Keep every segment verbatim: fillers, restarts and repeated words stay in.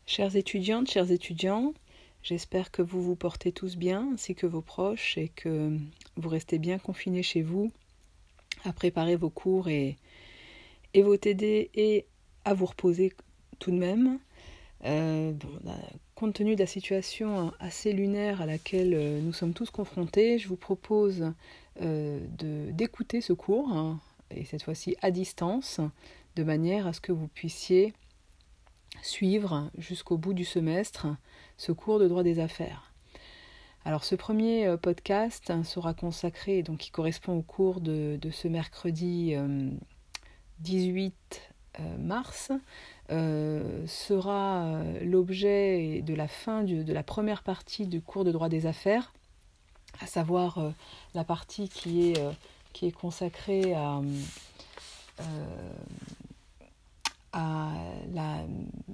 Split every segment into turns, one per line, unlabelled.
Chères étudiantes, chers étudiants, j'espère que vous vous portez tous bien, ainsi que vos proches, et que vous restez bien confinés chez vous, à préparer vos cours et, et vos T D et à vous reposer tout de même. Euh, bon, compte tenu de la situation assez lunaire à laquelle nous sommes tous confrontés, je vous propose euh, de, d'écouter ce cours, hein, et cette fois-ci à distance, de manière à ce que vous puissiez suivre jusqu'au bout du semestre ce cours de droit des affaires. Alors ce premier podcast sera consacré, donc qui correspond au cours de, de ce mercredi euh, dix-huit mars, euh, sera l'objet de la fin du, de la première partie du cours de droit des affaires, à savoir euh, la partie qui est, euh, qui est consacrée à, euh, à la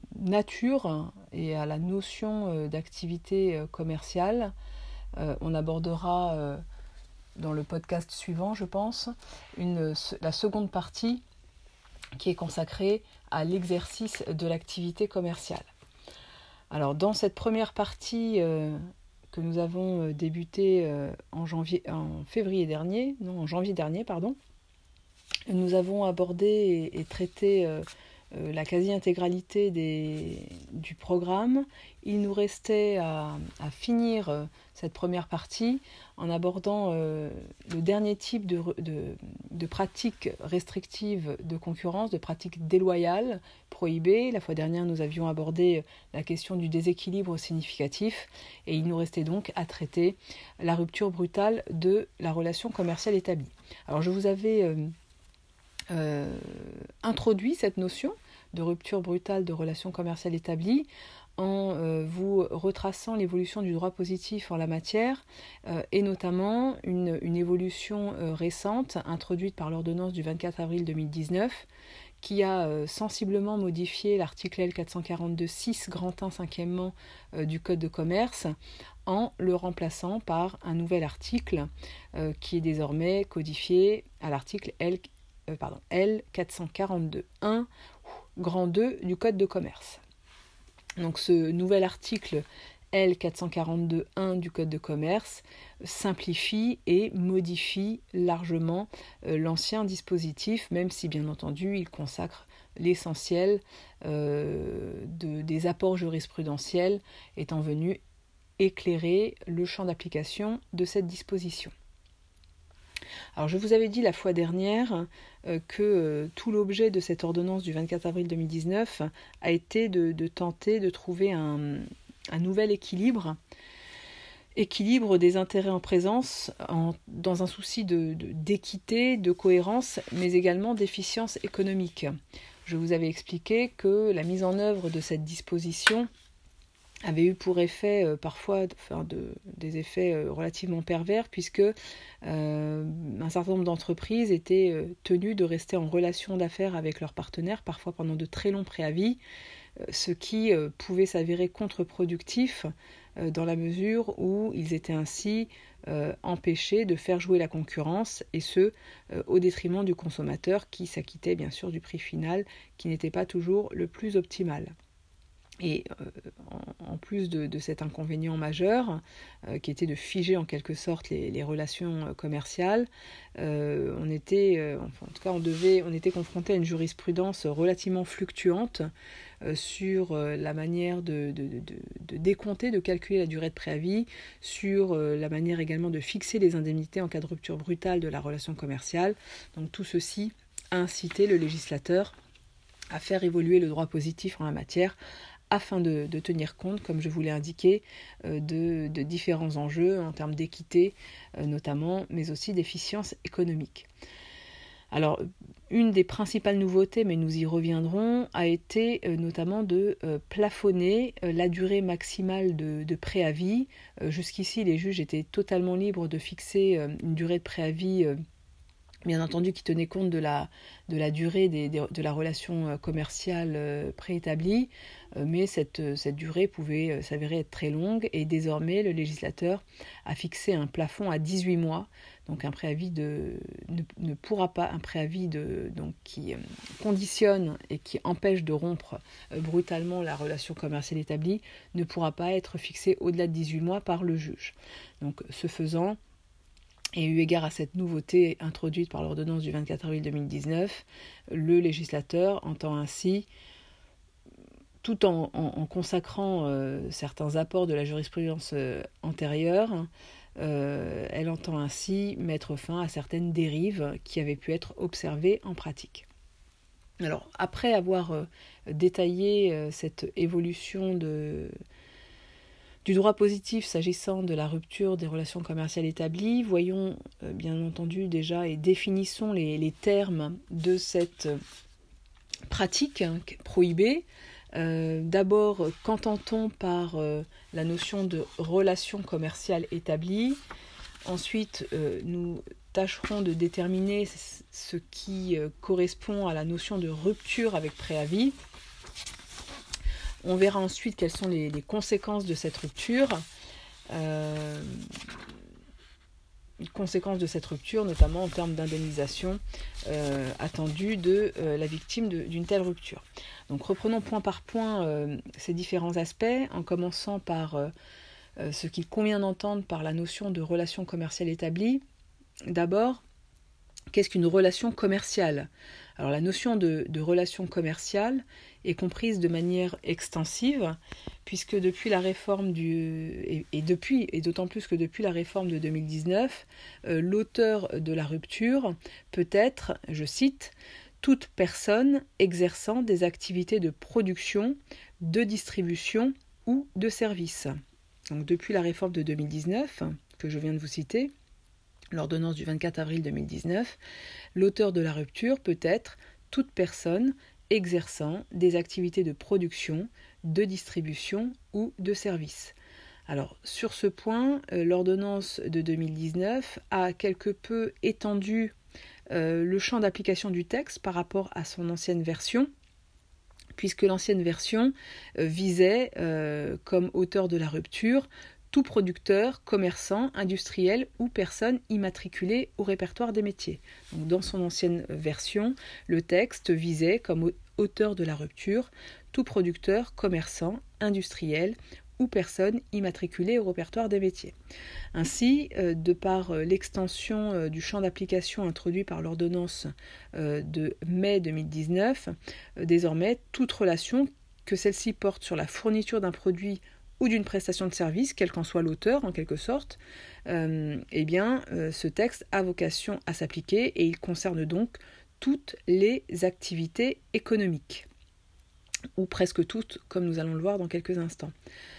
nature et à la notion d'activité commerciale. Euh, on abordera euh, dans le podcast suivant, je pense, une, la seconde partie qui est consacrée à l'exercice de l'activité commerciale. Alors, dans cette première partie euh, que nous avons débutée euh, en, janvier, en février dernier, non, en janvier dernier, pardon, nous avons abordé et, et traité euh, Euh, la quasi-intégralité des, du programme. Il nous restait à, à finir euh, cette première partie en abordant euh, le dernier type de, de, de pratiques restrictives de concurrence, de pratiques déloyales, prohibées. La fois dernière, nous avions abordé la question du déséquilibre significatif et il nous restait donc à traiter la rupture brutale de la relation commerciale établie. Alors, je vous avais... Euh, Euh, introduit cette notion de rupture brutale de relations commerciales établies en euh, vous retraçant l'évolution du droit positif en la matière euh, et notamment une, une évolution euh, récente introduite par l'ordonnance du vingt-quatre avril deux mille dix-neuf qui a euh, sensiblement modifié l'article L quatre cent quarante-deux six grand un cinquièmement euh, du Code de commerce en le remplaçant par un nouvel article euh, qui est désormais codifié à l'article L Euh, pardon, L quatre cent quarante-deux un grand deux du Code de commerce. Donc ce nouvel article L quatre cent quarante-deux un du Code de commerce simplifie et modifie largement euh, l'ancien dispositif, même si bien entendu il consacre l'essentiel euh, de, des apports jurisprudentiels étant venu éclairer le champ d'application de cette disposition. Alors je vous avais dit la fois dernière euh, que euh, tout l'objet de cette ordonnance du vingt-quatre avril deux mille dix-neuf a été de, de tenter de trouver un, un nouvel équilibre, équilibre des intérêts en présence en, dans un souci de, de, d'équité, de cohérence, mais également d'efficience économique. Je vous avais expliqué que la mise en œuvre de cette disposition avait eu pour effet euh, parfois enfin, de, des effets euh, relativement pervers puisque euh, un certain nombre d'entreprises étaient euh, tenues de rester en relation d'affaires avec leurs partenaires, parfois pendant de très longs préavis, euh, ce qui euh, pouvait s'avérer contre-productif euh, dans la mesure où ils étaient ainsi euh, empêchés de faire jouer la concurrence et ce, euh, au détriment du consommateur qui s'acquittait bien sûr du prix final qui n'était pas toujours le plus optimal. Et euh, en, en plus de, de cet inconvénient majeur, euh, qui était de figer en quelque sorte les, les relations commerciales, euh, on était, euh, enfin, en tout cas, on devait, on était confronté à une jurisprudence relativement fluctuante euh, sur euh, la manière de, de, de, de décompter, de calculer la durée de préavis, sur euh, la manière également de fixer les indemnités en cas de rupture brutale de la relation commerciale. Donc tout ceci a incité le législateur à faire évoluer le droit positif en la matière, afin de, de tenir compte, comme je vous l'ai indiqué, euh, de, de différents enjeux en termes d'équité euh, notamment, mais aussi d'efficience économique. Alors, une des principales nouveautés, mais nous y reviendrons, a été euh, notamment de euh, plafonner euh, la durée maximale de, de préavis. Euh, jusqu'ici, les juges étaient totalement libres de fixer euh, une durée de préavis euh, bien entendu qui tenait compte de la, de la durée des, des, de la relation commerciale préétablie, mais cette, cette durée pouvait s'avérer être très longue, et désormais le législateur a fixé un plafond à dix-huit mois, donc un préavis de, ne, ne pourra pas, un préavis de, donc, qui conditionne et qui empêche de rompre brutalement la relation commerciale établie, ne pourra pas être fixé au-delà de dix-huit mois par le juge. Donc ce faisant, et eu égard à cette nouveauté introduite par l'ordonnance du vingt-quatre avril deux mille dix-neuf, le législateur entend ainsi, tout en, en, en consacrant euh, certains apports de la jurisprudence euh, antérieure, euh, elle entend ainsi mettre fin à certaines dérives qui avaient pu être observées en pratique. Alors, après avoir euh, détaillé euh, cette évolution de... du droit positif s'agissant de la rupture des relations commerciales établies, voyons euh, bien entendu déjà et définissons les, les termes de cette pratique hein, prohibée. Euh, d'abord, qu'entend-on par euh, la notion de relation commerciale établie ? Ensuite, euh, nous tâcherons de déterminer ce qui euh, correspond à la notion de rupture avec préavis. On verra ensuite quelles sont les, les conséquences de cette rupture, euh, conséquences de cette rupture, notamment en termes d'indemnisation euh, attendue de euh, la victime de, d'une telle rupture. Donc reprenons point par point euh, ces différents aspects, en commençant par euh, euh, ce qu'il convient d'entendre par la notion de relation commerciale établie. D'abord, qu'est-ce qu'une relation commerciale ? Alors la notion de, de relation commerciale est comprise de manière extensive, puisque depuis la réforme du et, et depuis et d'autant plus que depuis la réforme de deux mille dix-neuf, euh, l'auteur de la rupture peut être, je cite, toute personne exerçant des activités de production, de distribution ou de service. Donc depuis la réforme de deux mille dix-neuf, que je viens de vous citer, l'ordonnance du vingt-quatre avril deux mille dix-neuf, l'auteur de la rupture peut être toute personne exerçant des activités de production, de distribution ou de service. Alors, sur ce point, euh, l'ordonnance de deux mille dix-neuf a quelque peu étendu euh, le champ d'application du texte par rapport à son ancienne version, puisque l'ancienne version euh, visait, euh, comme auteur de la rupture, tout producteur, commerçant, industriel ou personne immatriculée au répertoire des métiers. Donc, dans son ancienne version, le texte visait comme auteur de la rupture tout producteur, commerçant, industriel ou personne immatriculée au répertoire des métiers. Ainsi, euh, de par euh, l'extension euh, du champ d'application introduit par l'ordonnance euh, de mai deux mille dix-neuf, euh, désormais, toute relation, que celle-ci porte sur la fourniture d'un produit ou d'une prestation de service, quel qu'en soit l'auteur en quelque sorte, euh, eh bien, euh, ce texte a vocation à s'appliquer et il concerne donc toutes les activités économiques, ou presque toutes, comme nous allons le voir dans quelques instants.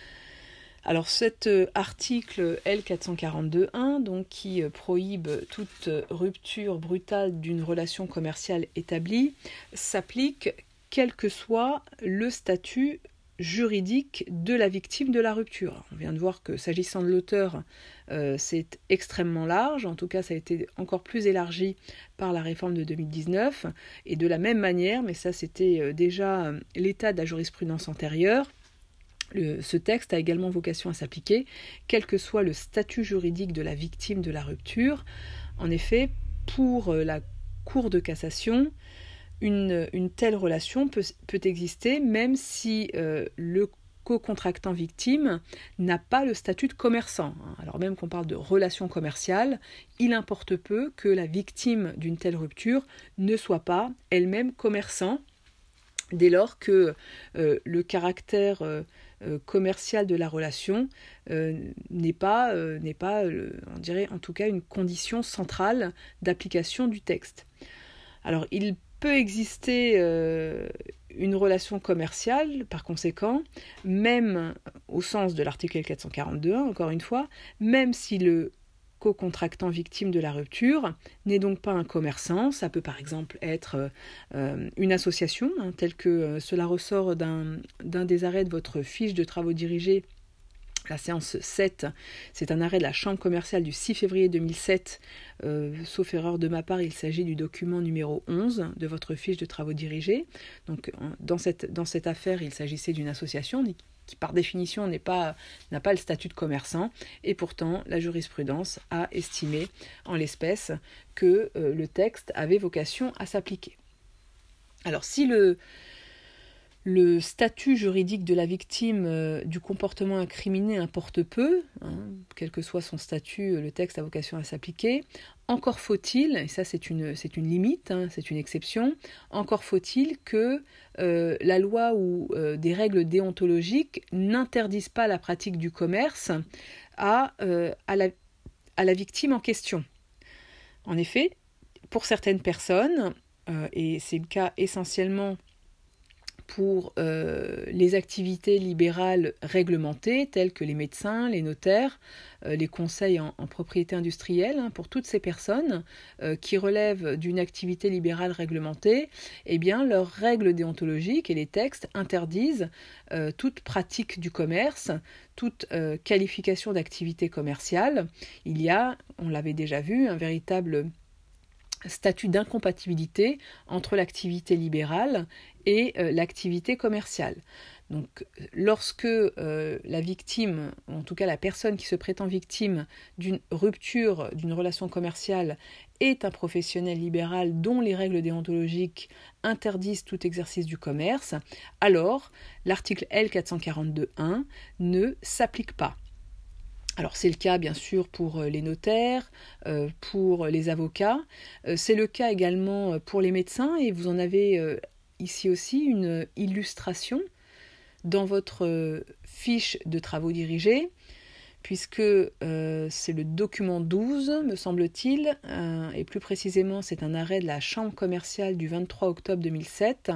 Alors cet euh, article L quatre cent quarante-deux un, donc, qui euh, prohibe toute euh, rupture brutale d'une relation commerciale établie, s'applique quel que soit le statut juridique de la victime de la rupture. On vient de voir que s'agissant de l'auteur, euh, c'est extrêmement large, en tout cas ça a été encore plus élargi par la réforme de deux mille dix-neuf, et de la même manière, mais ça c'était euh, déjà euh, l'état de la jurisprudence antérieure, le, ce texte a également vocation à s'appliquer, quel que soit le statut juridique de la victime de la rupture. En effet, pour euh, la Cour de cassation, Une, une telle relation peut, peut exister même si euh, le co-contractant victime n'a pas le statut de commerçant. Alors même qu'on parle de relation commerciale, il importe peu que la victime d'une telle rupture ne soit pas elle-même commerçant, dès lors que euh, le caractère euh, commercial de la relation euh, n'est pas, euh, n'est pas euh, on dirait en tout cas, une condition centrale d'application du texte. Alors il peut exister euh, une relation commerciale, par conséquent, même au sens de l'article L quatre cent quarante-deux un, encore une fois, même si le co-contractant victime de la rupture n'est donc pas un commerçant. Ça peut par exemple être euh, une association, hein, tel que euh, cela ressort d'un, d'un des arrêts de votre fiche de travaux dirigés La séance sept, c'est un arrêt de la Chambre commerciale du six février deux mille sept. Euh, sauf erreur de ma part, il s'agit du document numéro onze de votre fiche de travaux dirigés. Donc, dans cette, dans cette affaire, il s'agissait d'une association qui, par définition, n'est pas, n'a pas le statut de commerçant. Et pourtant, la jurisprudence a estimé, en l'espèce, que euh, le texte avait vocation à s'appliquer. Alors, si le... Le statut juridique de la victime euh, du comportement incriminé importe peu, hein, quel que soit son statut, le texte a vocation à s'appliquer. Encore faut-il, et ça c'est une, c'est une limite, hein, c'est une exception, encore faut-il que euh, la loi ou euh, des règles déontologiques n'interdisent pas la pratique du commerce à, euh, à, la, à la victime en question. En effet, pour certaines personnes, euh, et c'est le cas essentiellement pour euh, les activités libérales réglementées, telles que les médecins, les notaires, euh, les conseils en, en propriété industrielle, hein, pour toutes ces personnes euh, qui relèvent d'une activité libérale réglementée, eh bien, leurs règles déontologiques et les textes interdisent euh, toute pratique du commerce, toute euh, qualification d'activité commerciale. Il y a, on l'avait déjà vu, un véritable statut d'incompatibilité entre l'activité libérale et euh, l'activité commerciale. Donc, lorsque euh, la victime, ou en tout cas la personne qui se prétend victime d'une rupture d'une relation commerciale est un professionnel libéral dont les règles déontologiques interdisent tout exercice du commerce, alors l'article L quatre cent quarante-deux un ne s'applique pas. Alors c'est le cas bien sûr pour les notaires, euh, pour les avocats, euh, c'est le cas également pour les médecins et vous en avez euh, ici aussi une illustration dans votre euh, fiche de travaux dirigés, puisque euh, c'est le document douze, me semble-t-il, euh, et plus précisément c'est un arrêt de la Chambre commerciale du vingt-trois octobre deux mille sept,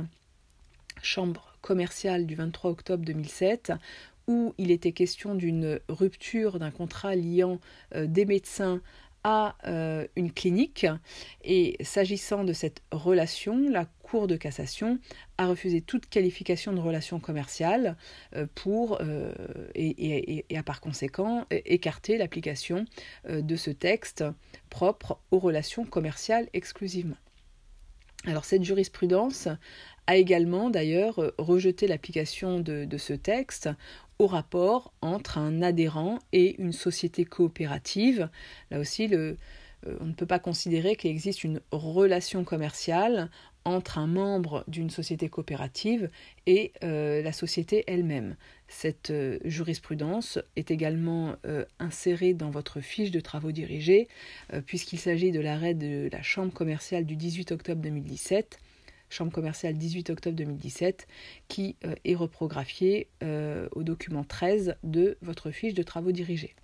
Chambre commerciale du vingt-trois octobre deux mille sept, où il était question d'une rupture d'un contrat liant euh, des médecins à euh, une clinique. Et s'agissant de cette relation, la Cour de cassation a refusé toute qualification de relation commerciale euh, pour, euh, et, et, et a par conséquent écarté l'application euh, de ce texte propre aux relations commerciales exclusivement. Alors cette jurisprudence a également d'ailleurs rejeté l'application de, de ce texte au rapport entre un adhérent et une société coopérative. Là aussi, le, euh, on ne peut pas considérer qu'il existe une relation commerciale entre un membre d'une société coopérative et euh, la société elle-même. Cette euh, jurisprudence est également euh, insérée dans votre fiche de travaux dirigés, euh, puisqu'il s'agit de l'arrêt de la Chambre commerciale du dix-huit octobre deux mille dix-sept, Chambre commerciale dix-huit octobre deux mille dix-sept, qui euh, est reprographié euh, au document treize de votre fiche de travaux dirigés.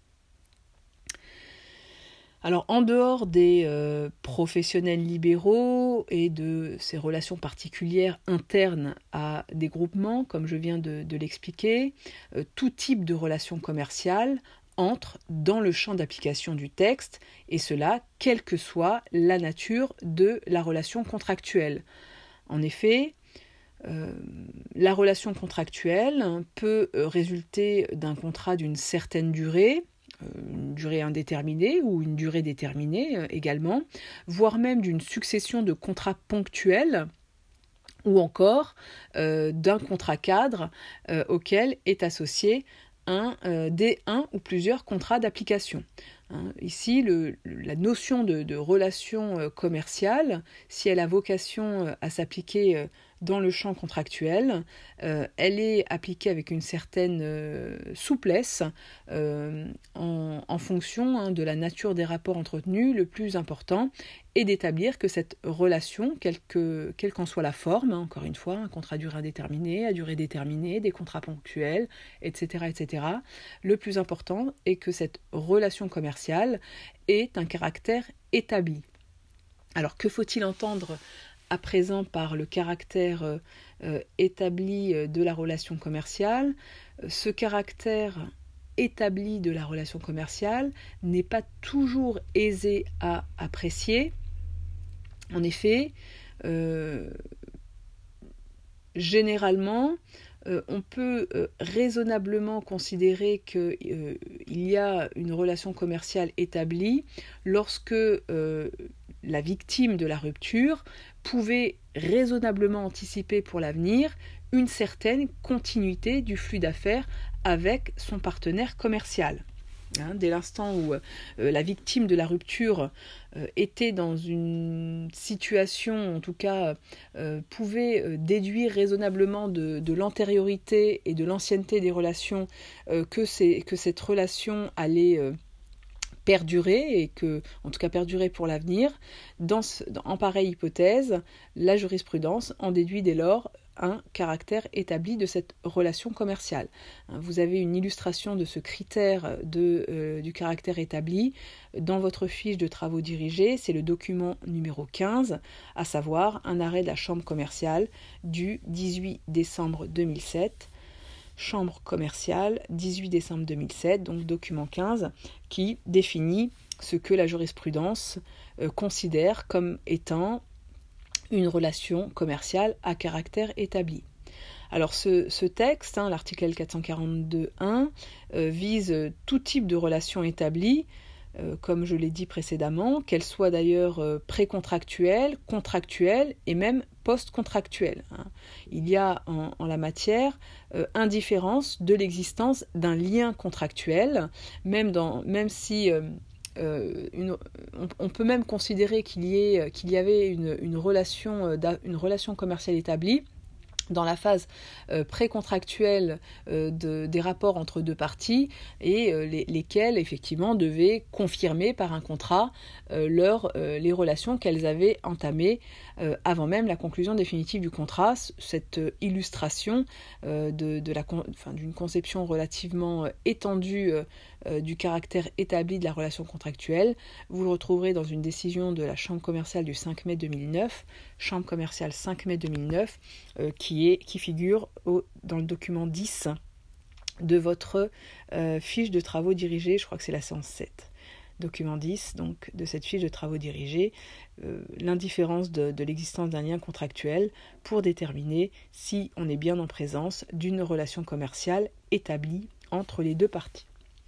Alors, en dehors des euh, professionnels libéraux et de ces relations particulières internes à des groupements, comme je viens de, de l'expliquer, euh, tout type de relation commerciale entre dans le champ d'application du texte, et cela, quelle que soit la nature de la relation contractuelle. En effet, euh, la relation contractuelle peut résulter d'un contrat d'une certaine durée, une durée indéterminée ou une durée déterminée euh, également, voire même d'une succession de contrats ponctuels ou encore euh, d'un contrat cadre euh, auquel est associé un, euh, des un ou plusieurs contrats d'application. Hein, ici, le, la notion de, de relation euh, commerciale, si elle a vocation euh, à s'appliquer euh, dans le champ contractuel, euh, elle est appliquée avec une certaine euh, souplesse euh, en, en fonction hein, de la nature des rapports entretenus. Le plus important est d'établir que cette relation, quelle, que, quelle qu'en soit la forme, hein, encore une fois, un contrat à durée indéterminée, à durée déterminée, des contrats ponctuels, et cetera, et cetera. Le plus important est que cette relation commerciale ait un caractère établi. Alors, que faut-il entendre à présent par le caractère euh, établi de la relation commerciale? Ce caractère établi de la relation commerciale n'est pas toujours aisé à apprécier. En effet, euh, généralement, euh, on peut euh, raisonnablement considérer qu'il euh, y a une relation commerciale établie lorsque euh, la victime de la rupture pouvait raisonnablement anticiper pour l'avenir une certaine continuité du flux d'affaires avec son partenaire commercial. Hein, dès l'instant où euh, la victime de la rupture euh, était dans une situation, en tout cas, euh, pouvait euh, déduire raisonnablement de, de l'antériorité et de l'ancienneté des relations euh, que, c'est, que cette relation allait euh, perdurer, et que, en tout cas perdurer pour l'avenir, dans, en pareille hypothèse, la jurisprudence en déduit dès lors un caractère établi de cette relation commerciale. Vous avez une illustration de ce critère de, euh, du caractère établi dans votre fiche de travaux dirigés, c'est le document numéro quinze, à savoir un arrêt de la Chambre commerciale du dix-huit décembre deux mille sept, Chambre commerciale, dix-huit décembre deux mille sept, donc document quinze, qui définit ce que la jurisprudence euh, considère comme étant une relation commerciale à caractère établi. Alors ce, ce texte, hein, l'article L quatre cent quarante-deux point un, euh, vise tout type de relation établie, euh, comme je l'ai dit précédemment, qu'elle soit d'ailleurs euh, précontractuelle, contractuelle et même post-contractuelle. Hein. Il y a en, en la matière euh, indifférence de l'existence d'un lien contractuel, même, dans, même si... Euh, Euh, une, on, on peut même considérer qu'il y, ait, qu'il y avait une, une, relation, une relation commerciale établie dans la phase euh, précontractuelle euh, de, des rapports entre deux parties et euh, les, lesquelles effectivement devaient confirmer par un contrat euh, leur, euh, les relations qu'elles avaient entamées euh, avant même la conclusion définitive du contrat. Cette euh, illustration euh, de, de la, enfin, d'une conception relativement euh, étendue euh, euh, du caractère établi de la relation contractuelle, vous le retrouverez dans une décision de la Chambre commerciale du cinq mai deux mille neuf, Chambre commerciale cinq mai deux mille neuf, euh, qui, est, qui figure au, dans le document dix de votre euh, fiche de travaux dirigés, je crois que c'est la séance sept. Document dix, donc, de cette fiche de travaux dirigés, euh, l'indifférence de, de l'existence d'un lien contractuel pour déterminer si on est bien en présence d'une relation commerciale établie entre les deux parties.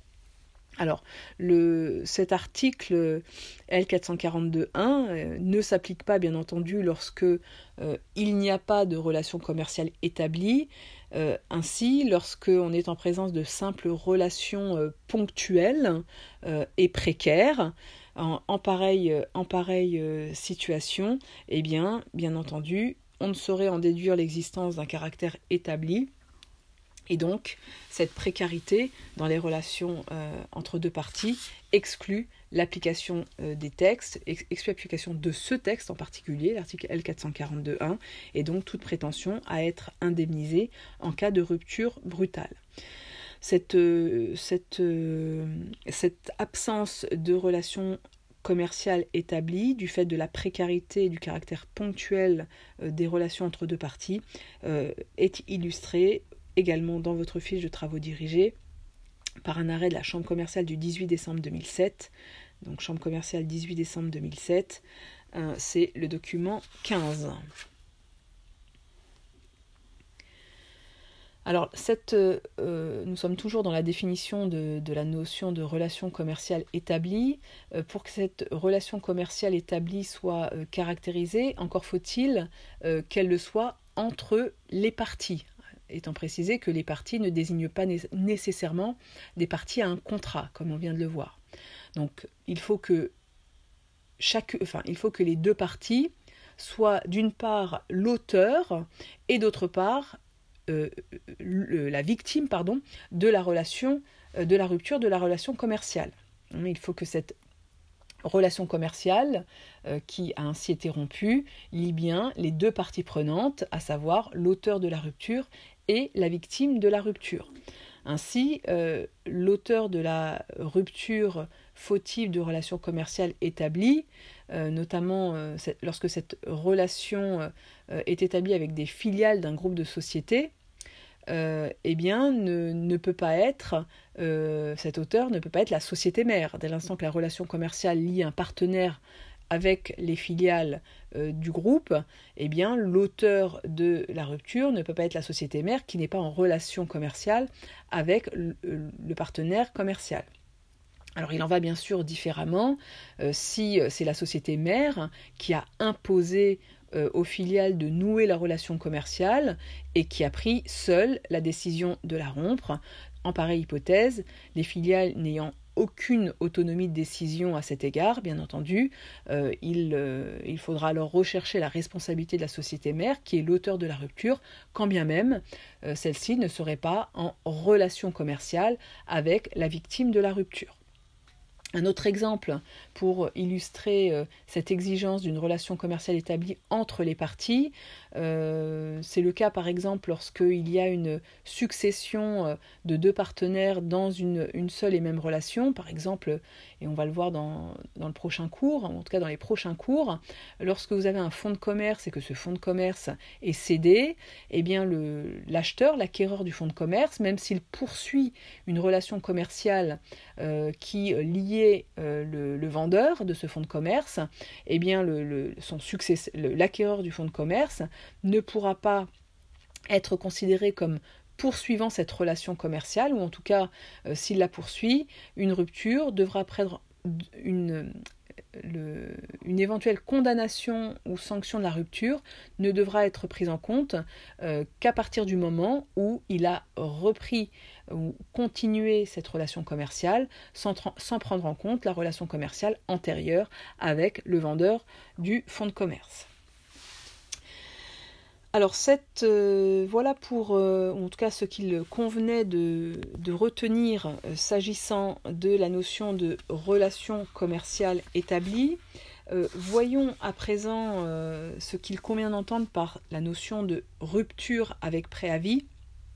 Alors, le, cet article L quatre cent quarante-deux point un euh, ne s'applique pas, bien entendu, lorsque euh, il n'y a pas de relation commerciale établie. Euh, ainsi, lorsqu'on est en présence de simples relations euh, ponctuelles euh, et précaires, en, en pareille, en pareille euh, situation, eh bien, bien entendu, on ne saurait en déduire l'existence d'un caractère établi. Et donc, cette précarité dans les relations euh, entre deux parties exclut l'application euh, des textes, ex- exclut l'application de ce texte en particulier, l'article L quatre cent quarante-deux point un, et donc toute prétention à être indemnisée en cas de rupture brutale. Cette, euh, cette, euh, cette absence de relation commerciale établie, du fait de la précarité et du caractère ponctuel euh, des relations entre deux parties, euh, est illustrée également dans votre fiche de travaux dirigés par un arrêt de la Chambre commerciale du dix-huit décembre deux mille sept. Donc Chambre commerciale dix-huit décembre deux mille sept, euh, c'est le document quinze. Alors, cette, euh, nous sommes toujours dans la définition de, de la notion de relation commerciale établie. Euh, pour que cette relation commerciale établie soit euh, caractérisée, encore faut-il euh, qu'elle le soit entre les parties. Étant précisé que les parties ne désignent pas né- nécessairement des parties à un contrat, comme on vient de le voir. Donc, il faut que, chaque, enfin, il faut que les deux parties soient d'une part l'auteur et d'autre part euh, le, la victime pardon, de la relation, euh, de la rupture de la relation commerciale. Il faut que cette relation commerciale euh, qui a ainsi été rompue lie bien les deux parties prenantes, à savoir l'auteur de la rupture et la victime de la rupture. Ainsi, euh, l'auteur de la rupture fautive de relation commerciale établie, euh, notamment euh, cette, lorsque cette relation euh, est établie avec des filiales d'un groupe de sociétés, euh, eh bien, ne, ne peut pas être, euh, cet auteur ne peut pas être la société mère. Dès l'instant que la relation commerciale lie un partenaire avec les filiales euh, du groupe, eh bien l'auteur de la rupture ne peut pas être la société mère qui n'est pas en relation commerciale avec le, le partenaire commercial. Alors il en va bien sûr différemment euh, si c'est la société mère qui a imposé euh, aux filiales de nouer la relation commerciale et qui a pris seule la décision de la rompre. En pareille hypothèse, les filiales n'ayant aucune autonomie de décision à cet égard, bien entendu, euh, il, euh, il faudra alors rechercher la responsabilité de la société mère qui est l'auteur de la rupture, quand bien même euh, celle-ci ne serait pas en relation commerciale avec la victime de la rupture. Un autre exemple pour illustrer euh, cette exigence d'une relation commerciale établie entre les parties, euh, c'est le cas par exemple lorsqu'il y a une succession euh, de deux partenaires dans une, une seule et même relation, par exemple, et on va le voir dans, dans le prochain cours, en tout cas dans les prochains cours, lorsque vous avez un fonds de commerce et que ce fonds de commerce est cédé, eh bien le, l'acheteur, l'acquéreur du fonds de commerce, même s'il poursuit une relation commerciale euh, qui liée Euh, le, le vendeur de ce fonds de commerce, eh bien le, le, son succès, le, l'acquéreur du fonds de commerce ne pourra pas être considéré comme poursuivant cette relation commerciale, ou en tout cas, euh, s'il la poursuit, une rupture devra prendre une, le, une éventuelle condamnation ou sanction de la rupture ne devra être prise en compte euh, qu'à partir du moment où il a repris ou continué cette relation commerciale sans, tra- sans prendre en compte la relation commerciale antérieure avec le vendeur du fonds de commerce. Alors cette, euh, voilà pour, euh, en tout cas ce qu'il convenait de, de retenir euh, s'agissant de la notion de relation commerciale établie. Euh, voyons à présent euh, ce qu'il convient d'entendre par la notion de rupture avec préavis.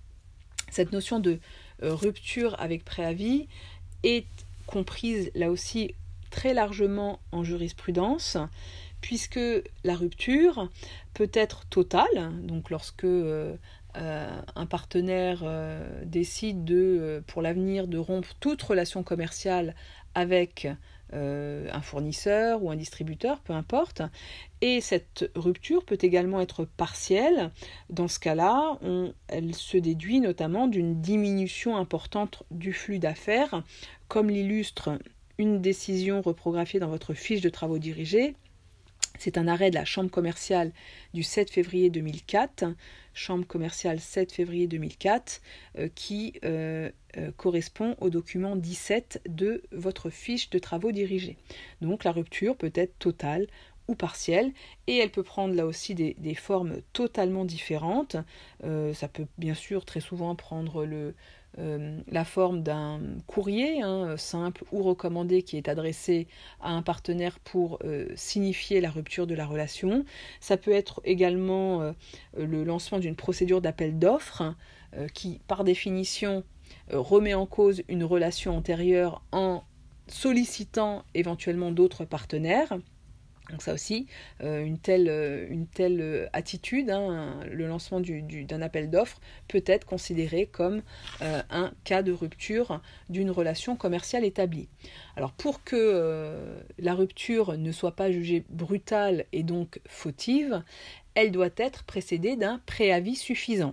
Cette notion de euh, rupture avec préavis est comprise là aussi très largement en jurisprudence, puisque la rupture peut être totale, donc lorsque euh, euh, un partenaire euh, décide de, euh, pour l'avenir de rompre toute relation commerciale avec euh, un fournisseur ou un distributeur, peu importe, et cette rupture peut également être partielle. Dans ce cas-là, on, elle se déduit notamment d'une diminution importante du flux d'affaires, comme l'illustre une décision reprographiée dans votre fiche de travaux dirigés. C'est un arrêt de la Chambre commerciale du sept février deux mille quatre, Chambre commerciale sept février deux mille quatre, euh, qui euh, euh, correspond au document dix-sept de votre fiche de travaux dirigés. Donc la rupture peut être totale ou partielle, et elle peut prendre là aussi des, des formes totalement différentes. Euh, ça peut bien sûr très souvent prendre le, euh, la forme d'un courrier hein, simple ou recommandé qui est adressé à un partenaire pour euh, signifier la rupture de la relation. Ça peut être également euh, le lancement d'une procédure d'appel d'offres euh, qui, par définition, euh, remet en cause une relation antérieure en sollicitant éventuellement d'autres partenaires. Donc ça aussi, euh, une telle, euh, une telle euh, attitude, hein, le lancement du, du, d'un appel d'offres peut être considéré comme euh, un cas de rupture d'une relation commerciale établie. Alors pour que euh, la rupture ne soit pas jugée brutale et donc fautive, elle doit être précédée d'un préavis suffisant.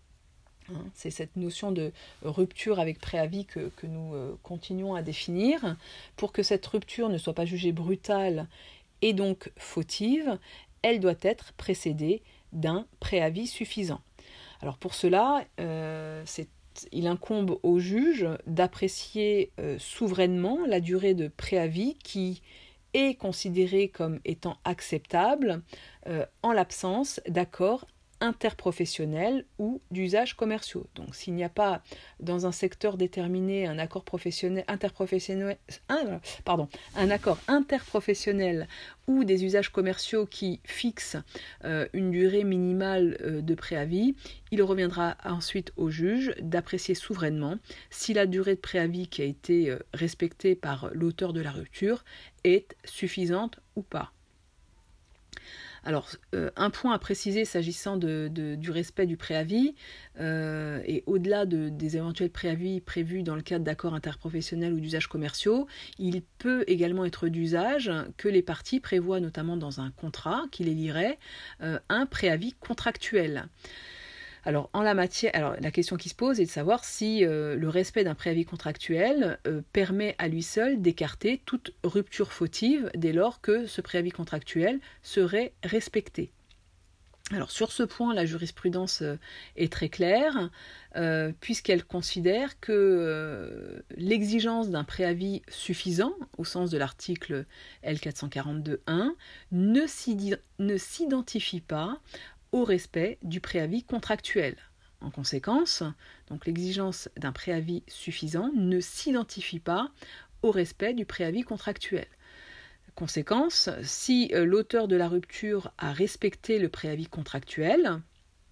C'est cette notion de rupture avec préavis que, que nous euh, continuons à définir. Pour que cette rupture ne soit pas jugée brutale et donc fautive, elle doit être précédée d'un préavis suffisant. Alors pour cela, euh, c'est, il incombe au juge d'apprécier euh, souverainement la durée de préavis qui est considérée comme étant acceptable euh, en l'absence d'accords interprofessionnels ou d'usages commerciaux. Donc s'il n'y a pas dans un secteur déterminé un accord professionnel, interprofessionnel, un, pardon, un accord interprofessionnel ou des usages commerciaux qui fixent euh, une durée minimale euh, de préavis, il reviendra ensuite au juge d'apprécier souverainement si la durée de préavis qui a été euh, respectée par l'auteur de la rupture est suffisante ou pas. Alors, euh, un point à préciser s'agissant de, de, du respect du préavis, euh, et au-delà de, des éventuels préavis prévus dans le cadre d'accords interprofessionnels ou d'usages commerciaux, il peut également être d'usage que les parties prévoient, notamment dans un contrat qui les lierait, euh, un préavis contractuel. Alors, en la matière, alors, la question qui se pose est de savoir si euh, le respect d'un préavis contractuel euh, permet à lui seul d'écarter toute rupture fautive dès lors que ce préavis contractuel serait respecté. Alors, sur ce point, la jurisprudence euh, est très claire, euh, puisqu'elle considère que euh, l'exigence d'un préavis suffisant, au sens de l'article L quatre cent quarante-deux un, ne s'identifie pas au respect du préavis contractuel. En conséquence, donc l'exigence d'un préavis suffisant ne s'identifie pas au respect du préavis contractuel. Conséquence, si euh, l'auteur de la rupture a respecté le préavis contractuel,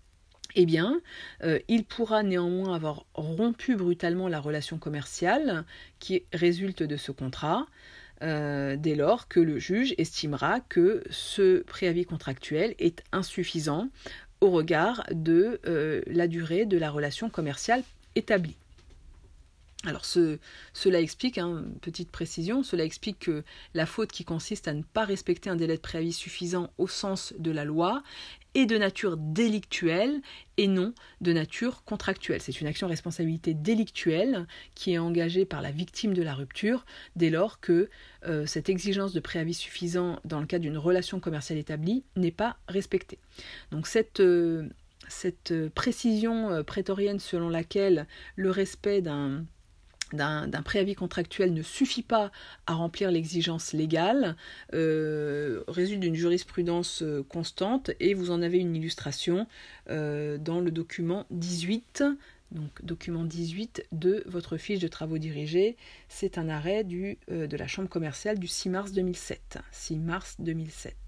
eh bien, euh, il pourra néanmoins avoir rompu brutalement la relation commerciale qui résulte de ce contrat, Euh, dès lors que le juge estimera que ce préavis contractuel est insuffisant au regard de euh, la durée de la relation commerciale établie. Alors ce, cela explique, hein, petite précision, cela explique que la faute qui consiste à ne pas respecter un délai de préavis suffisant au sens de la loi est de nature délictuelle et non de nature contractuelle. C'est une action de responsabilité délictuelle qui est engagée par la victime de la rupture dès lors que euh, cette exigence de préavis suffisant dans le cadre d'une relation commerciale établie n'est pas respectée. Donc cette... Euh, cette précision euh, prétorienne selon laquelle le respect d'un D'un, d'un préavis contractuel ne suffit pas à remplir l'exigence légale, euh, résulte d'une jurisprudence euh, constante, et vous en avez une illustration euh, dans le document dix-huit, donc document dix-huit de votre fiche de travaux dirigés. C'est un arrêt du, euh, de la Chambre commerciale du six mars deux mille sept. six mars deux mille sept.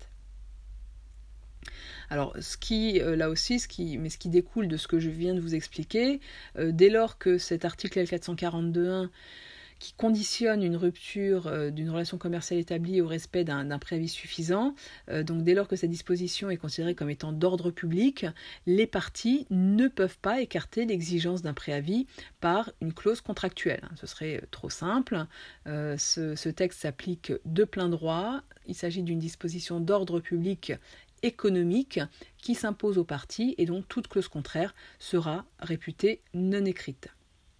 Alors, ce qui, euh, là aussi, ce qui, mais ce qui découle de ce que je viens de vous expliquer, euh, dès lors que cet article L quatre cent quarante-deux un, qui conditionne une rupture euh, d'une relation commerciale établie au respect d'un, d'un préavis suffisant, euh, donc dès lors que cette disposition est considérée comme étant d'ordre public, les parties ne peuvent pas écarter l'exigence d'un préavis par une clause contractuelle. Ce serait trop simple. Euh, ce, ce texte s'applique de plein droit. Il s'agit d'une disposition d'ordre public économique qui s'impose aux parties, et donc toute clause contraire sera réputée non écrite.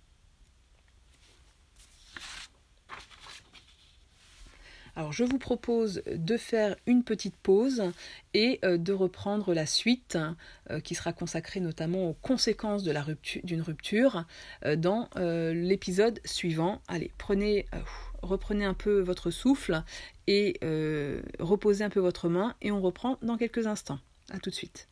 Alors je vous propose de faire une petite pause et de reprendre la suite qui sera consacrée notamment aux conséquences de la rupture, d'une rupture dans l'épisode suivant. Allez, prenez, reprenez un peu votre souffle et euh, reposez un peu votre main, et on reprend dans quelques instants. À tout de suite.